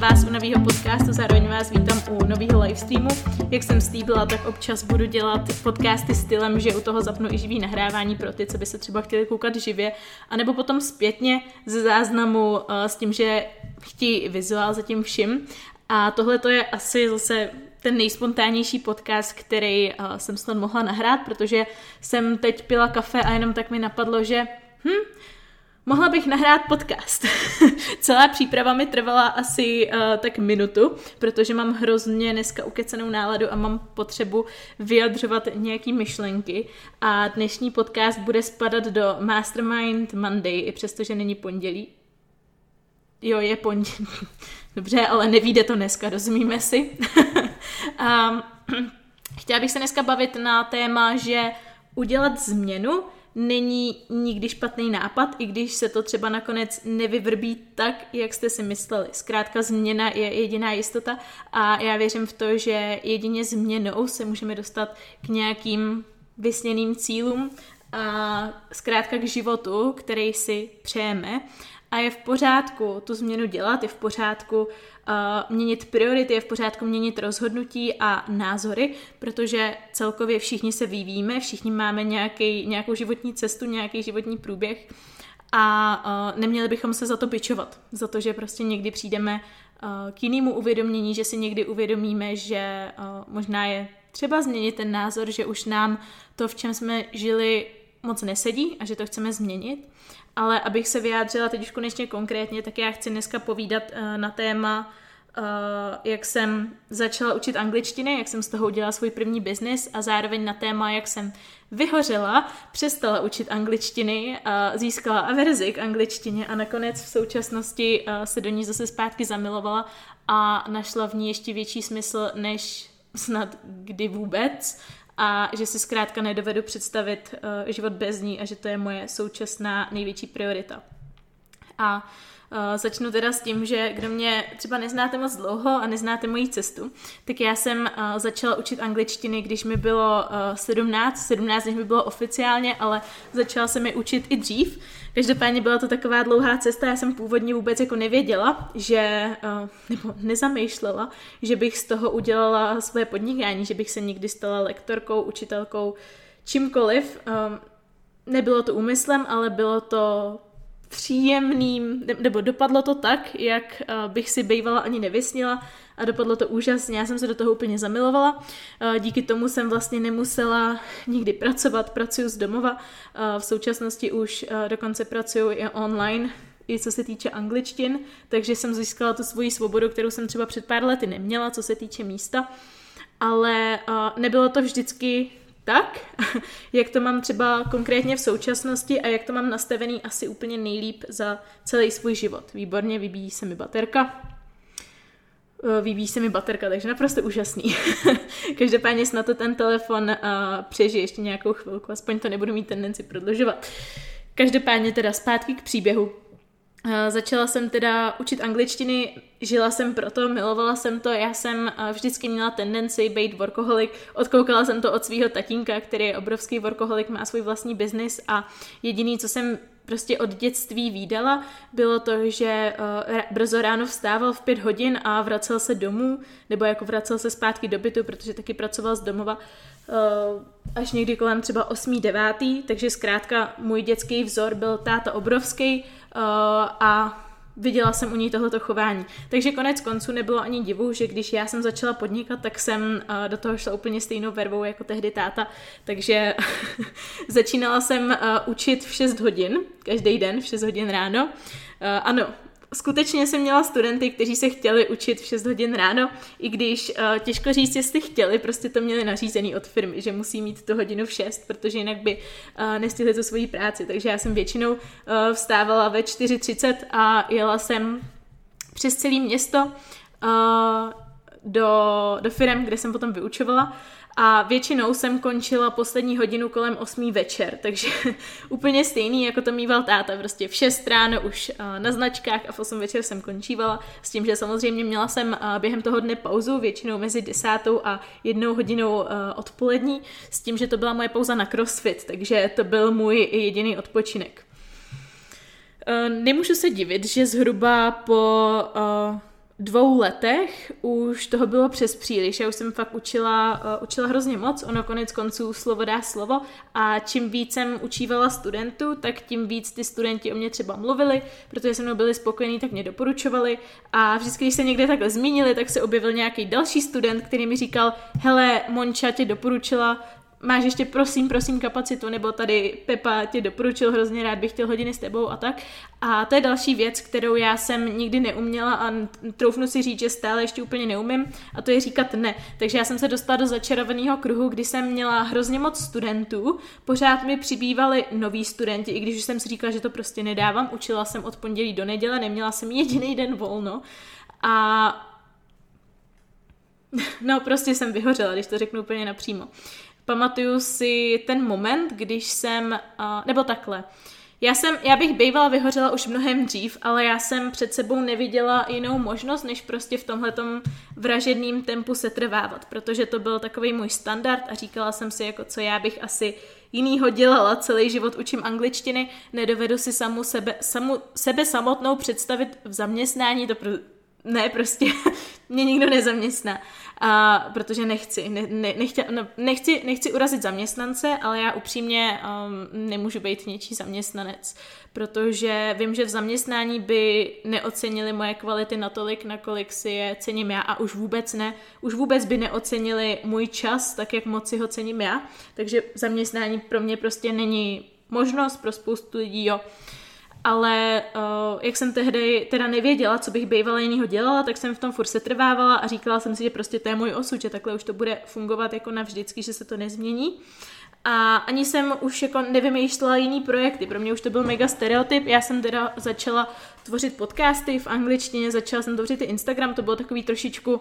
vás u nového podcastu, zároveň vás vítám u nového livestreamu. Jak jsem slíbila, tak občas budu dělat podcasty stylem, že u toho zapnu i živý nahrávání pro ty, co by se třeba chtěli koukat živě, anebo potom zpětně ze záznamu s tím, že chtějí vizuál za tím vším. A tohle to je asi zase ten nejspontánnější podcast, který jsem snad mohla nahrát, protože jsem teď pila kafe a jenom tak mi napadlo, že mohla bych nahrát podcast. Celá příprava mi trvala asi tak minutu, protože mám hrozně dneska ukecenou náladu a mám potřebu vyjadřovat nějaký myšlenky. A dnešní podcast bude spadat do Mastermind Monday, i přestože není pondělí. Jo, je pondělí. Dobře, ale nevyjde to dneska, rozumíme si. Chtěla bych se dneska bavit na téma, že udělat změnu není nikdy špatný nápad, i když se to třeba nakonec nevyvrbí tak, jak jste si mysleli. Zkrátka změna je jediná jistota a já věřím v to, že jedině změnou se můžeme dostat k nějakým vysněným cílům a zkrátka k životu, který si přejeme. A je v pořádku tu změnu dělat, je v pořádku měnit priority, je v pořádku měnit rozhodnutí a názory, protože celkově všichni se vyvíjíme, všichni máme nějakou životní cestu, nějaký životní průběh a neměli bychom se za to bičovat, za to, že prostě někdy přijdeme k jinému uvědomění, že si někdy uvědomíme, že možná je třeba změnit ten názor, že už nám to, v čem jsme žili, moc nesedí a že to chceme změnit. Ale abych se vyjádřila teď už konečně konkrétně, tak já chci dneska povídat na téma, jak jsem začala učit angličtiny, jak jsem z toho udělala svůj první biznis a zároveň na téma, jak jsem vyhořela, přestala učit angličtiny, získala averzi k angličtině a nakonec v současnosti se do ní zase zpátky zamilovala a našla v ní ještě větší smysl, než snad kdy vůbec. A že si zkrátka nedovedu představit život bez ní a že to je moje současná největší priorita. A začnu teda s tím, že kdo mě třeba neznáte moc dlouho a neznáte moji cestu, tak já jsem začala učit angličtiny, když mi bylo 17, než mi bylo oficiálně, ale začala jsem je učit i dřív. Každopádně byla to taková dlouhá cesta, já jsem původně vůbec jako nevěděla, nebo nezamýšlela, že bych z toho udělala svoje podnikání, že bych se někdy stala lektorkou, učitelkou, čímkoliv. Nebylo to úmyslem, ale bylo to příjemným, nebo dopadlo to tak, jak bych si bývala ani nevysnila a dopadlo to úžasně, já jsem se do toho úplně zamilovala, díky tomu jsem vlastně nemusela nikdy pracovat, pracuji z domova, v současnosti už dokonce pracuji i online, i co se týče angličtin, takže jsem získala tu svoji svobodu, kterou jsem třeba před pár lety neměla, co se týče místa, ale nebylo to vždycky tak, jak to mám třeba konkrétně v současnosti a jak to mám nastavený asi úplně nejlíp za celý svůj život. Výborně, vybíjí se mi baterka, takže naprosto úžasný. Každopádně snad to ten telefon přežije ještě nějakou chvilku, aspoň to nebudu mít tendenci prodlužovat. Každopádně teda zpátky k příběhu. Začala jsem teda učit angličtiny, žila jsem proto, milovala jsem to, já jsem vždycky měla tendenci být workoholik, odkoukala jsem to od svého tatínka, který je obrovský workoholik, má svůj vlastní biznis a jediný, co jsem prostě od dětství vídala, bylo to, že brzo ráno vstával v 5 hodin a vracel se domů, nebo jako vracel se zpátky do bytu, protože taky pracoval z domova až někdy kolem třeba 8. 9. Takže zkrátka můj dětský vzor byl táta obrovský a viděla jsem u ní tohleto chování. Takže konec konců nebylo ani divu, že když já jsem začala podnikat, tak jsem do toho šla úplně stejnou vervou jako tehdy táta. Takže začínala jsem učit v 6 hodin, každý den v 6 hodin ráno. Ano, skutečně jsem měla studenty, kteří se chtěli učit v 6 hodin ráno, i když těžko říct, jestli chtěli, prostě to měli nařízený od firmy, že musí mít tu hodinu v 6, protože jinak by nestihli tu svoji práci. Takže já jsem většinou vstávala ve 4:30 a jela jsem přes celé město do firem, kde jsem potom vyučovala. A většinou jsem končila poslední hodinu kolem 8 večer, takže úplně stejný, jako to mýval táta, prostě v 6 ráno už na značkách a v 8 večer jsem končívala, s tím, že samozřejmě měla jsem během toho dne pauzu, většinou mezi 10 a 1 hodinou odpolední, s tím, že to byla moje pauza na crossfit, takže to byl můj jediný odpočinek. Nemůžu se divit, že zhruba po 2 letech už toho bylo přes příliš. Já už jsem fakt učila hrozně moc, ono konec konců slovo dá slovo a čím víc jsem učívala studentů, tak tím víc ty studenti o mě třeba mluvili, protože se mnou byli spokojení, tak mě doporučovali a vždycky, když se někde takhle zmínili, tak se objevil nějaký další student, který mi říkal, hele, Monča tě doporučila, máš ještě prosím kapacitu, nebo tady Pepa tě doporučil, hrozně rád bych chtěl hodiny s tebou a tak. A to je další věc, kterou já jsem nikdy neuměla a troufnu si říct, že stále ještě úplně neumím a to je říkat ne. Takže já jsem se dostala do začarovaného kruhu, kdy jsem měla hrozně moc studentů, pořád mi přibývali noví studenti, i když už jsem si říkala, že to prostě nedávám, učila jsem od pondělí do neděle, neměla jsem jediný den volno a no prostě jsem vyhořela, když to řeknu úplně napřímo. Pamatuju si ten moment, když jsem, nebo takhle, já bych bývala vyhořela už mnohem dřív, ale já jsem před sebou neviděla jinou možnost, než prostě v tomhletom vražedným tempu setrvávat, protože to byl takový můj standard a říkala jsem si, jako co já bych asi jinýho dělala, celý život učím angličtiny, nedovedu si sebe samotnou představit v zaměstnání, prostě mě nikdo nezaměstná, protože nechci urazit zaměstnance, ale já upřímně nemůžu být něčí zaměstnanec, protože vím, že v zaměstnání by neocenili moje kvality natolik, nakolik si je cením já a už vůbec by neocenili můj čas, tak jak moc si ho cením já, takže zaměstnání pro mě prostě není možnost, pro spoustu lidí jo. Ale jak jsem tehdy teda nevěděla, co bych bývala jinýho dělala, tak jsem v tom furt setrvávala a říkala jsem si, že prostě to je můj osud, že takhle už to bude fungovat jako navždycky, že se to nezmění. A ani jsem už jako nevymýšlela jiný projekty, pro mě už to byl mega stereotyp, já jsem teda začala tvořit podcasty v angličtině, začala jsem tvořit i Instagram, to bylo takový trošičku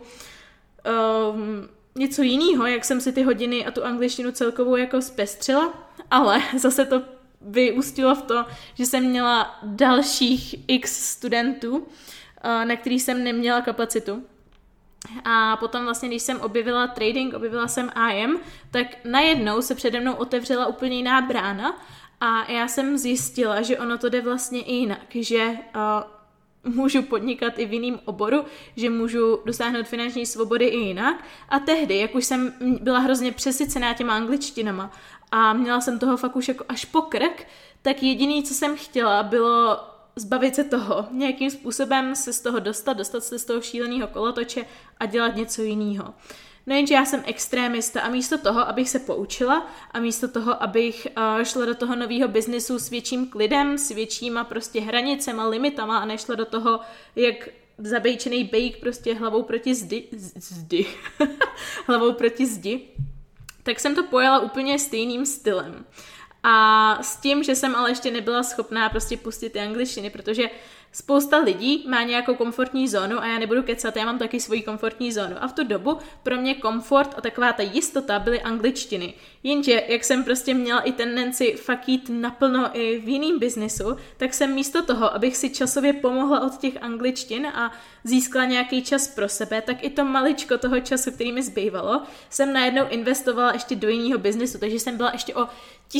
něco jiného, jak jsem si ty hodiny a tu angličtinu celkovou jako zpestřila, ale zase to vyústilo v to, že jsem měla dalších x studentů, na kterých jsem neměla kapacitu. A potom vlastně, když jsem objevila trading, objevila jsem IM, tak najednou se přede mnou otevřela úplně jiná brána a já jsem zjistila, že ono to jde vlastně i jinak, že můžu podnikat i v jiném oboru, že můžu dosáhnout finanční svobody i jinak. A tehdy, jak už jsem byla hrozně přesycená těma angličtinama a měla jsem toho fakt už jako až po krk, tak jediný, co jsem chtěla, bylo zbavit se toho, nějakým způsobem se z toho dostat se z toho šíleného kolotoče a dělat něco jiného. No jenže já jsem extrémista a místo toho, abych se poučila a místo toho, abych šla do toho nového biznisu s větším klidem, s většíma prostě hranicema, limitama a nešla do toho, jak zabejčený bejk prostě hlavou proti zdi, hlavou proti zdi, tak jsem to pojala úplně stejným stylem. A s tím, že jsem ale ještě nebyla schopná prostě pustit ty angličtiny, protože spousta lidí má nějakou komfortní zónu a já nebudu kecat, já mám taky svoji komfortní zónu. A v tu dobu pro mě komfort a taková ta jistota byly angličtiny. Jenže, jak jsem prostě měla i tendenci fakt jít naplno i v jiným biznisu, tak jsem místo toho, abych si časově pomohla od těch angličtin a získala nějaký čas pro sebe, tak i to maličko toho času, který mi zbývalo, jsem najednou investovala ještě do jiného biznisu, takže jsem byla ještě o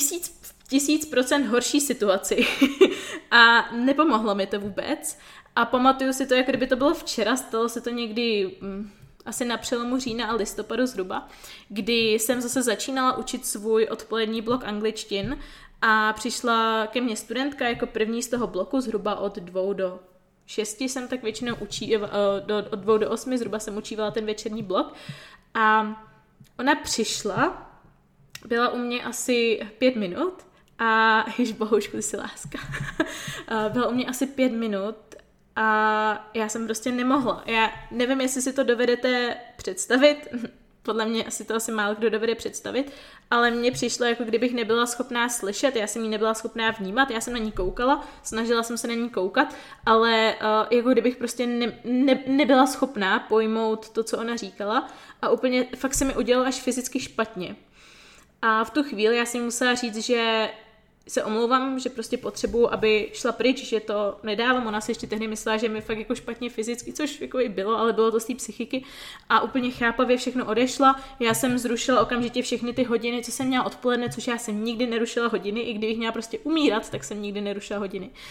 1000% horší situaci a nepomohlo mi to vůbec a pamatuju si to, jako kdyby to bylo včera, stalo se to někdy asi na přelomu října a listopadu zhruba, kdy jsem zase začínala učit svůj odpolední blok angličtin a přišla ke mně studentka jako první z toho bloku zhruba od 2 do 6 jsem tak většinou od 2 do 8 zhruba jsem učívala ten večerní blok a ona přišla, byla u mě asi 5 minut a ježbohoušku, ty jsi láska. Byla u mě asi 5 minut a já jsem prostě nemohla. Já nevím, jestli si to dovedete představit, podle mě asi málo kdo dovede představit, ale mně přišlo, jako kdybych nebyla schopná slyšet, já jsem ji nebyla schopná vnímat, já jsem na ní koukala, snažila jsem se na ní koukat, ale jako kdybych prostě nebyla schopná pojmout to, co ona říkala a úplně fakt se mi udělalo až fyzicky špatně. A v tu chvíli já jsem musela říct, že se omlouvám, že prostě potřebuju, aby šla pryč, že to nedávám. Ona si ještě tehdy myslela, že mi fakt jako špatně fyzicky, což jako i bylo, ale bylo to z té psychiky a úplně chápavě všechno odešla. Já jsem zrušila okamžitě všechny ty hodiny, co jsem měla odpoledne, což já jsem nikdy nerušila hodiny, i kdybych měla prostě umírat, tak jsem nikdy nerušila hodiny.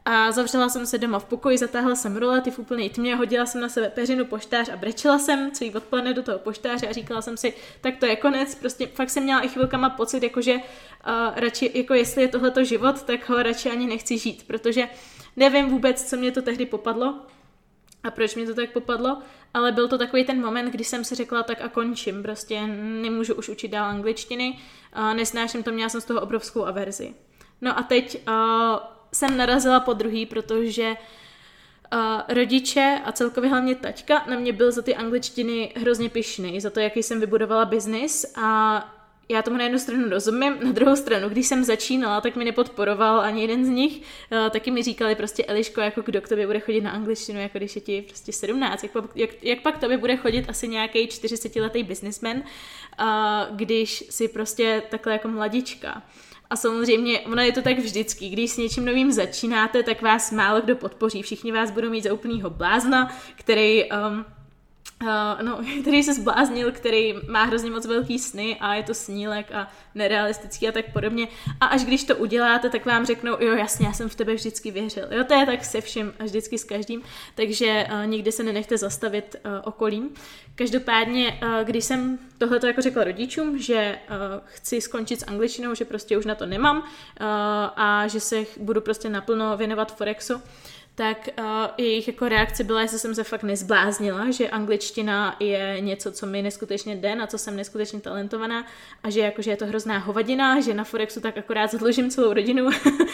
A zavřela jsem se doma v pokoji, zatáhla jsem rolety v úplné tmě, hodila jsem na sebe peřinu, poštář a brečela jsem celý odpoledne do toho poštáře a říkala jsem si, tak to je konec, prostě fakt jsem měla i chvilkama pocit, jakože radši, jako jestli je tohleto život, tak ho radši ani nechci žít, protože nevím vůbec, co mě to tehdy popadlo a proč mě to tak popadlo, ale byl to takový ten moment, kdy jsem si řekla, tak a končím, prostě nemůžu už učit dál angličtiny, nesnáším to, měla jsem z toho obrovskou averzi. No a teď jsem narazila po druhý, protože rodiče a celkově hlavně taťka na mě byl za ty angličtiny hrozně pyšný, za to, jaký jsem vybudovala biznis a já tomu na jednu stranu rozumím, na druhou stranu, když jsem začínala, tak mi nepodporoval ani jeden z nich, taky mi říkali prostě Eliško, jako kdo k tobě bude chodit na angličtinu, jako když je ti prostě 17, jak pak tobě bude chodit asi nějaký 40letý businessman, když si prostě takhle jako mladička. A samozřejmě, ono je to tak vždycky, když s něčím novým začínáte, tak vás málo kdo podpoří. Všichni vás budou mít za úplnýho blázna, který se zbláznil, který má hrozně moc velký sny a je to snílek a nerealistický a tak podobně. A až když to uděláte, tak vám řeknou, jo jasně, já jsem v tebe vždycky věřil. Jo, to je tak se vším a vždycky s každým, takže nikdy se nenechte zastavit okolím. Každopádně, když jsem tohleto jako řekla rodičům, že chci skončit s angličtinou, že prostě už na to nemám a že se budu prostě naplno věnovat Forexu, tak jejich jako reakce byla, jestli jsem se fakt nezbláznila, že angličtina je něco, co mi neskutečně jde, na co jsem neskutečně talentovaná a že jakože je to hrozná hovadina, že na Forexu tak akorát zadlužím celou rodinu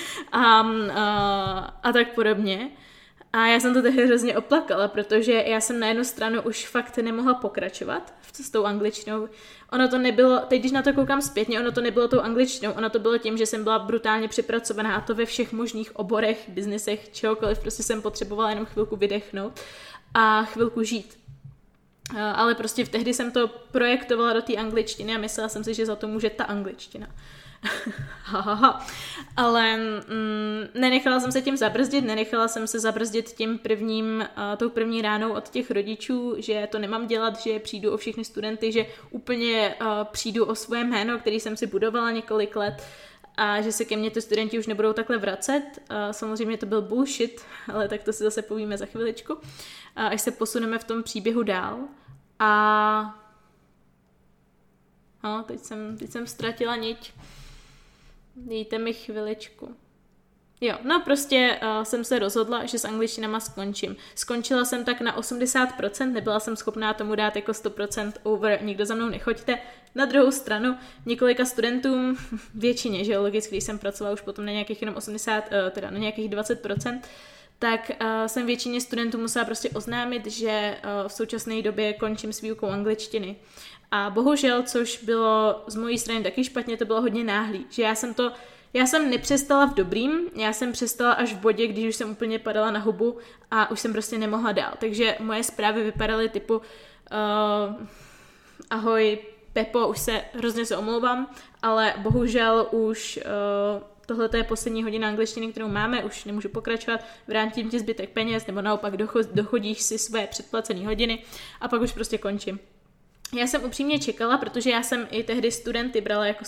a tak podobně. A já jsem to tehdy hrozně oplakala, protože já jsem na jednu stranu už fakt nemohla pokračovat s tou angličtinou. Ono to nebylo, teď když na to koukám zpětně, ono to nebylo tou angličtinou, ono to bylo tím, že jsem byla brutálně přepracovaná a to ve všech možných oborech, biznesech, čehokoliv, prostě jsem potřebovala jenom chvilku vydechnout a chvilku žít. Ale prostě tehdy jsem to projektovala do té angličtiny a myslela jsem si, že za to může ta angličtina. Ale nenechala jsem se tím zabrzdit, nenechala jsem se zabrzdit tou první ránou od těch rodičů, že to nemám dělat, že přijdu o všechny studenty, že úplně přijdu o svoje jméno, který jsem si budovala několik let a že se ke mně ty studenti už nebudou takhle vracet. Samozřejmě to byl bullshit, ale tak to si zase povíme za chviličku, až se posuneme v tom příběhu dál. Teď jsem ztratila niť. Dejte mi chviličku. Jo, no prostě jsem se rozhodla, že s angličtinama skončím. Skončila jsem tak na 80%, nebyla jsem schopná tomu dát jako 100% over, nikdo za mnou nechoďte. Na druhou stranu, několika studentům, většině, že jo, logicky, když jsem pracovala už potom na nějakých jenom 80, na nějakých 20%, tak jsem většině studentů musela prostě oznámit, že v současné době končím s výukou angličtiny. A bohužel, což bylo z mojí strany taky špatně, to bylo hodně náhlý, že já jsem nepřestala v dobrým, já jsem přestala až v bodě, když už jsem úplně padala na hubu a už jsem prostě nemohla dál. Takže moje zprávy vypadaly typu ahoj Pepo, už se hrozně omlouvám, ale bohužel už tohle je poslední hodina angličtiny, kterou máme, už nemůžu pokračovat, vrátím ti zbytek peněz, nebo naopak dochodíš si své předplacené hodiny a pak už prostě končím. Já jsem upřímně čekala, protože já jsem i tehdy studenty brala jako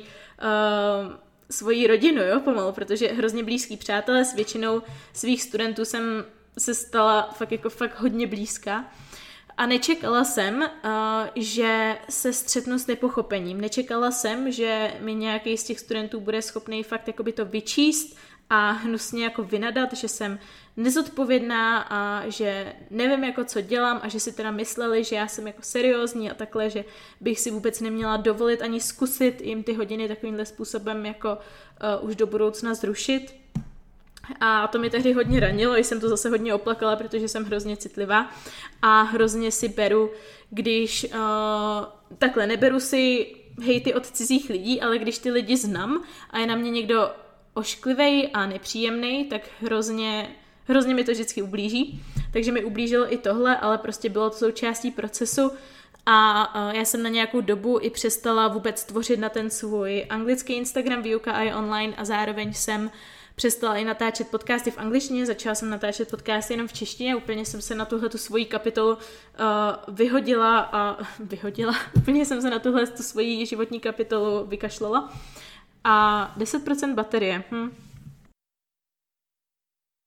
svoji rodinu, jo, pomalu, protože hrozně blízký přátelé, s většinou svých studentů jsem se stala fakt hodně blízká. A nečekala jsem, že se střetnu s nepochopením. Nečekala jsem, že mi nějaký z těch studentů bude schopný fakt jakoby to vyčíst a hnusně jako vynadat, že jsem nezodpovědná a že nevím jako co dělám a že si teda mysleli, že já jsem jako seriózní a takhle, že bych si vůbec neměla dovolit ani zkusit jim ty hodiny takovýmhle způsobem jako už do budoucna zrušit. A to mi tehdy hodně ranilo, jsem to zase hodně oplakala, protože jsem hrozně citlivá a hrozně si beru, když takhle neberu si hejty od cizích lidí, ale když ty lidi znám a je na mě někdo ošklivej a nepříjemný, tak hrozně mi to vždycky ublíží. Takže mi ublížilo i tohle, ale prostě bylo to součástí procesu a já jsem na nějakou dobu i přestala vůbec tvořit na ten svůj anglický Instagram Výuka a je online a zároveň jsem přestala i natáčet podcasty v angličtině, začala jsem natáčet podcasty jenom v češtině, úplně jsem se na tuhletu svoji kapitolu vyhodila, úplně jsem se na tuhletu svoji životní kapitolu vykašlala. A 10% baterie.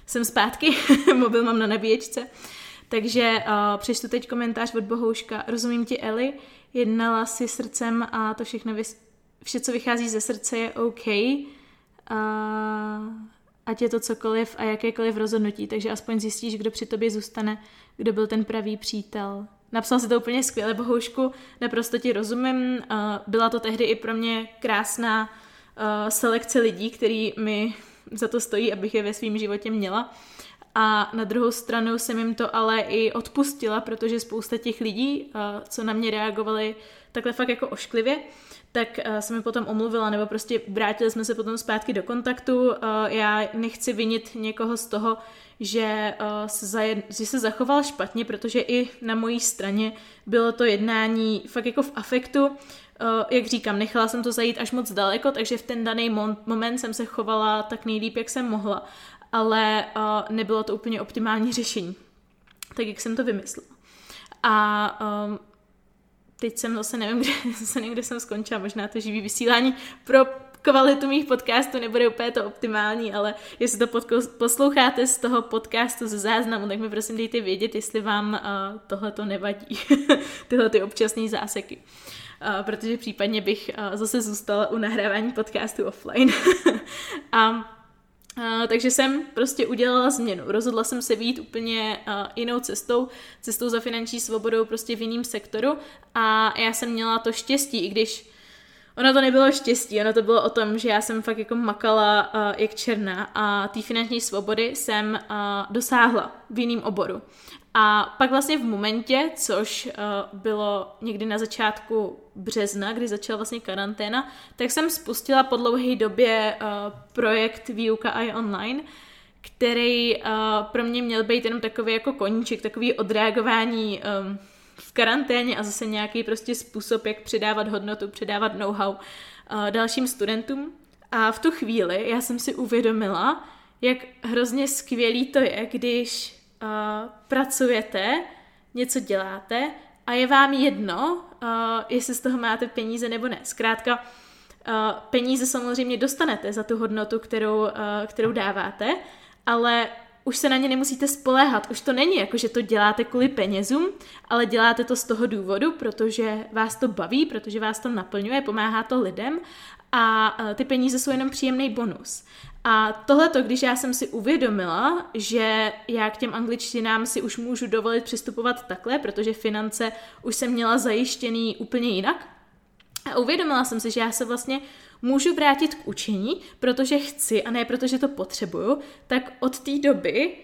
jsem zpátky, mobil mám na nabíječce. Takže přečtu teď komentář od Bohouška. Rozumím ti, Eli, jednala si srdcem a to všechno, vše, co vychází ze srdce, je OK. Ať je to cokoliv a jakékoliv rozhodnutí, takže aspoň zjistíš, kdo při tobě zůstane, kdo byl ten pravý přítel. Napsal si to úplně skvěle, Bohoušku, naprosto ti rozumím. Byla to tehdy i pro mě krásná selekce lidí, který mi za to stojí, abych je ve svém životě měla. A na druhou stranu jsem jim to ale i odpustila, protože spousta těch lidí, co na mě reagovali takhle fakt jako ošklivě, tak jsem mi potom omluvila, nebo prostě vrátili jsme se potom zpátky do kontaktu. Já nechci vinit někoho z toho, že se zachoval špatně, protože i na mojí straně bylo to jednání fakt jako v afektu. Jak říkám, nechala jsem to zajít až moc daleko, takže v ten daný moment jsem se chovala tak nejlíp, jak jsem mohla. Ale nebylo to úplně optimální řešení, tak jak jsem to vymyslela. A teď jsem zase nevím, kde jsem skončila, možná to živý vysílání pro kvalitu mých podcastů nebude úplně to optimální, ale jestli to posloucháte z toho podcastu ze záznamu, tak mi prosím dejte vědět, jestli vám tohleto nevadí, tyhle ty občasné záseky. Protože případně bych zase zůstala u nahrávání podcastu offline. Takže jsem prostě udělala změnu. Rozhodla jsem se vyjít úplně jinou cestou za finanční svobodou, prostě v jiném sektoru a já jsem měla to štěstí, i když ono to nebylo štěstí, ono to bylo o tom, že já jsem fakt jako makala jak černá a té finanční svobody jsem dosáhla v jiném oboru. A pak vlastně v momentě, což bylo někdy na začátku března, kdy začala vlastně karanténa, tak jsem spustila po dlouhé době projekt Výuka AI online, který pro mě měl být jenom takový jako koníček, takový odreagování v karanténě a zase nějaký prostě způsob, jak předávat hodnotu, předávat know-how dalším studentům. A v tu chvíli já jsem si uvědomila, jak hrozně skvělý to je, když pracujete, něco děláte a je vám jedno, jestli z toho máte peníze nebo ne. Zkrátka, peníze samozřejmě dostanete za tu hodnotu, kterou dáváte, ale už se na ně nemusíte spoléhat. Už to není jako, že to děláte kvůli penězům, ale děláte to z toho důvodu, protože vás to baví, protože vás to naplňuje, pomáhá to lidem a ty peníze jsou jenom příjemný bonus. A tohleto, když já jsem si uvědomila, že já k těm angličtinám si už můžu dovolit přistupovat takhle, protože finance už jsem měla zajištěný úplně jinak, a uvědomila jsem si, že já se vlastně můžu vrátit k učení, protože chci a ne protože to potřebuju, tak od té doby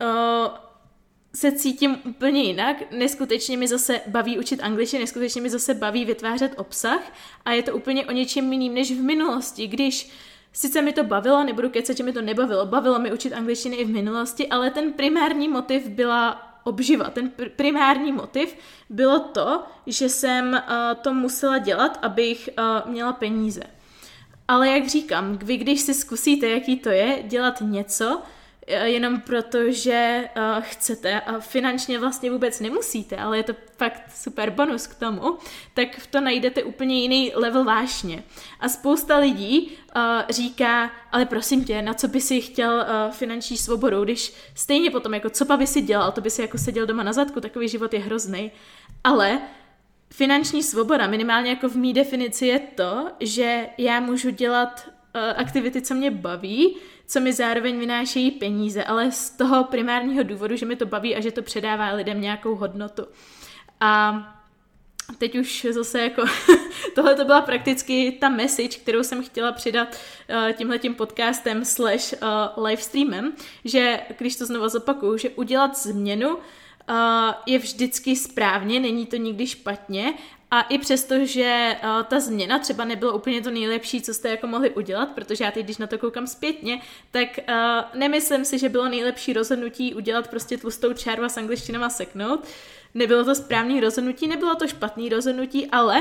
se cítím úplně jinak. Neskutečně mi zase baví učit angličtinu, neskutečně mi zase baví vytvářet obsah a je to úplně o něčem jiným než v minulosti, když sice mi to bavilo, nebudu kecat, že mi to nebavilo, bavilo mi učit angličtinu i v minulosti, ale ten primární motiv byla obživa. Ten primární motiv bylo to, že jsem to musela dělat, abych měla peníze. Ale jak říkám, vy když si zkusíte, jaký to je, dělat něco, jenom proto, že chcete a finančně vlastně vůbec nemusíte, ale je to fakt super bonus k tomu, tak v to najdete úplně jiný level vášně. A spousta lidí říká, ale prosím tě, na co by si chtěl finanční svobodu, když stejně potom, jako co by si dělal, to by si jako seděl doma na zadku, takový život je hrozný. Ale finanční svoboda, minimálně jako v mý definici, je to, že já můžu dělat aktivity, co mě baví, co mi zároveň vynášejí peníze, ale z toho primárního důvodu, že mi to baví a že to předává lidem nějakou hodnotu. A teď už zase jako tohle to byla prakticky ta message, kterou jsem chtěla přidat tímhletím podcastem / livestreamem, že když to znovu zopakuju, že udělat změnu je vždycky správně, není to nikdy špatně a i přesto, že ta změna třeba nebyla úplně to nejlepší, co jste jako mohli udělat, protože já teď, když na to koukám zpětně, tak nemyslím si, že bylo nejlepší rozhodnutí udělat prostě tlustou čáru a s angličtinou a seknout. Nebylo to správný rozhodnutí, nebylo to špatný rozhodnutí, ale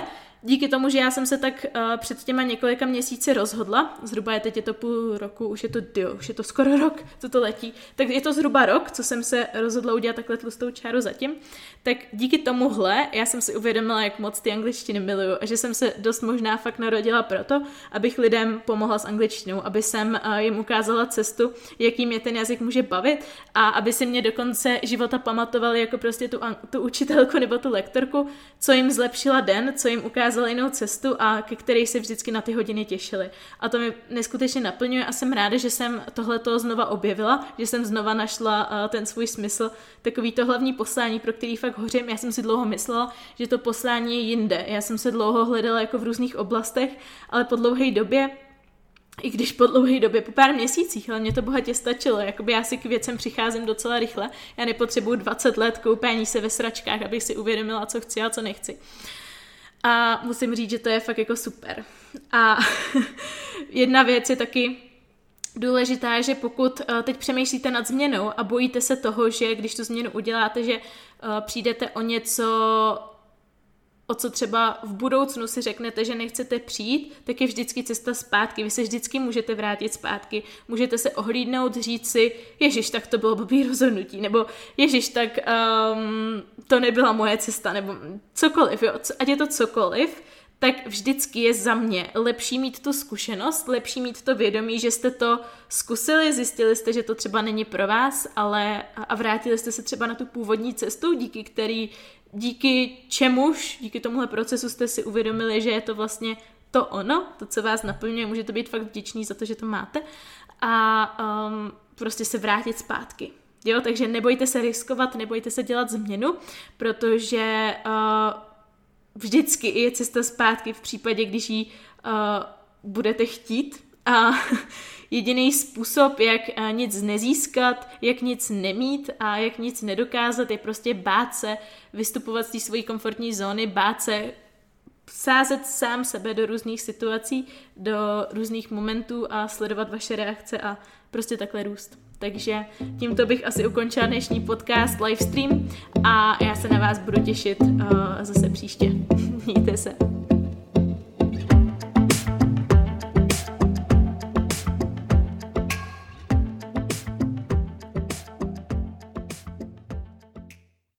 díky tomu, že já jsem se tak před těma několika měsíci rozhodla, zhruba teď je to půl roku, už je to skoro rok, co to letí, tak je to zhruba rok, co jsem se rozhodla udělat takhle tlustou čáru zatím, tak díky tomuhle já jsem si uvědomila, jak moc ty angličtiny miluju a že jsem se dost možná fakt narodila proto, abych lidem pomohla s angličtinou, aby jsem jim ukázala cestu, jakým je ten jazyk může bavit a aby si mě do konce života pamatovali jako prostě tu učitelku nebo tu lektorku, co jim zlepšila den, co jim ukázala jinou cestu a ke které se vždycky na ty hodiny těšili. A to mě neskutečně naplňuje a jsem ráda, že jsem tohleto znova objevila, že jsem znova našla ten svůj smysl, takový to hlavní poslání, pro který fakt hořím. Já jsem si dlouho myslela, že to poslání je jinde. Já jsem se dlouho hledala jako v různých oblastech, ale po dlouhé době, po pár měsících, ale mě to bohatě stačilo, jakoby já si k věcem přicházím docela rychle, já nepotřebuju 20 let koupání se ve sračkách, abych si uvědomila, co chci a co nechci. A musím říct, že to je fakt jako super. A jedna věc je taky důležitá, že pokud teď přemýšlíte nad změnou a bojíte se toho, že když tu změnu uděláte, že přijdete o něco, o co třeba v budoucnu si řeknete, že nechcete přijít, tak je vždycky cesta zpátky. Vy se vždycky můžete vrátit zpátky, můžete se ohlídnout, říct si, ježiš, tak to bylo blbý rozhodnutí, nebo ježiš, tak to nebyla moje cesta, nebo cokoliv, jo, ať je to cokoliv, tak vždycky je za mě lepší mít tu zkušenost, lepší mít to vědomí, že jste to zkusili, zjistili jste, že to třeba není pro vás, ale a vrátili jste se třeba na tu původní cestu, díky tomuhle procesu jste si uvědomili, že je to vlastně to ono, to, co vás naplňuje, můžete být fakt vděční za to, že to máte a prostě se vrátit zpátky. Jo, takže nebojte se riskovat, nebojte se dělat změnu, protože vždycky je cesta zpátky v případě, když ji budete chtít a jediný způsob, jak nic nezískat, jak nic nemít a jak nic nedokázat, je prostě bát se vystupovat z té svojí komfortní zóny, bát se sázet sám sebe do různých situací, do různých momentů a sledovat vaše reakce a prostě takhle růst. Takže tímto bych asi ukončila dnešní podcast, livestream a já se na vás budu těšit zase příště. Mějte se.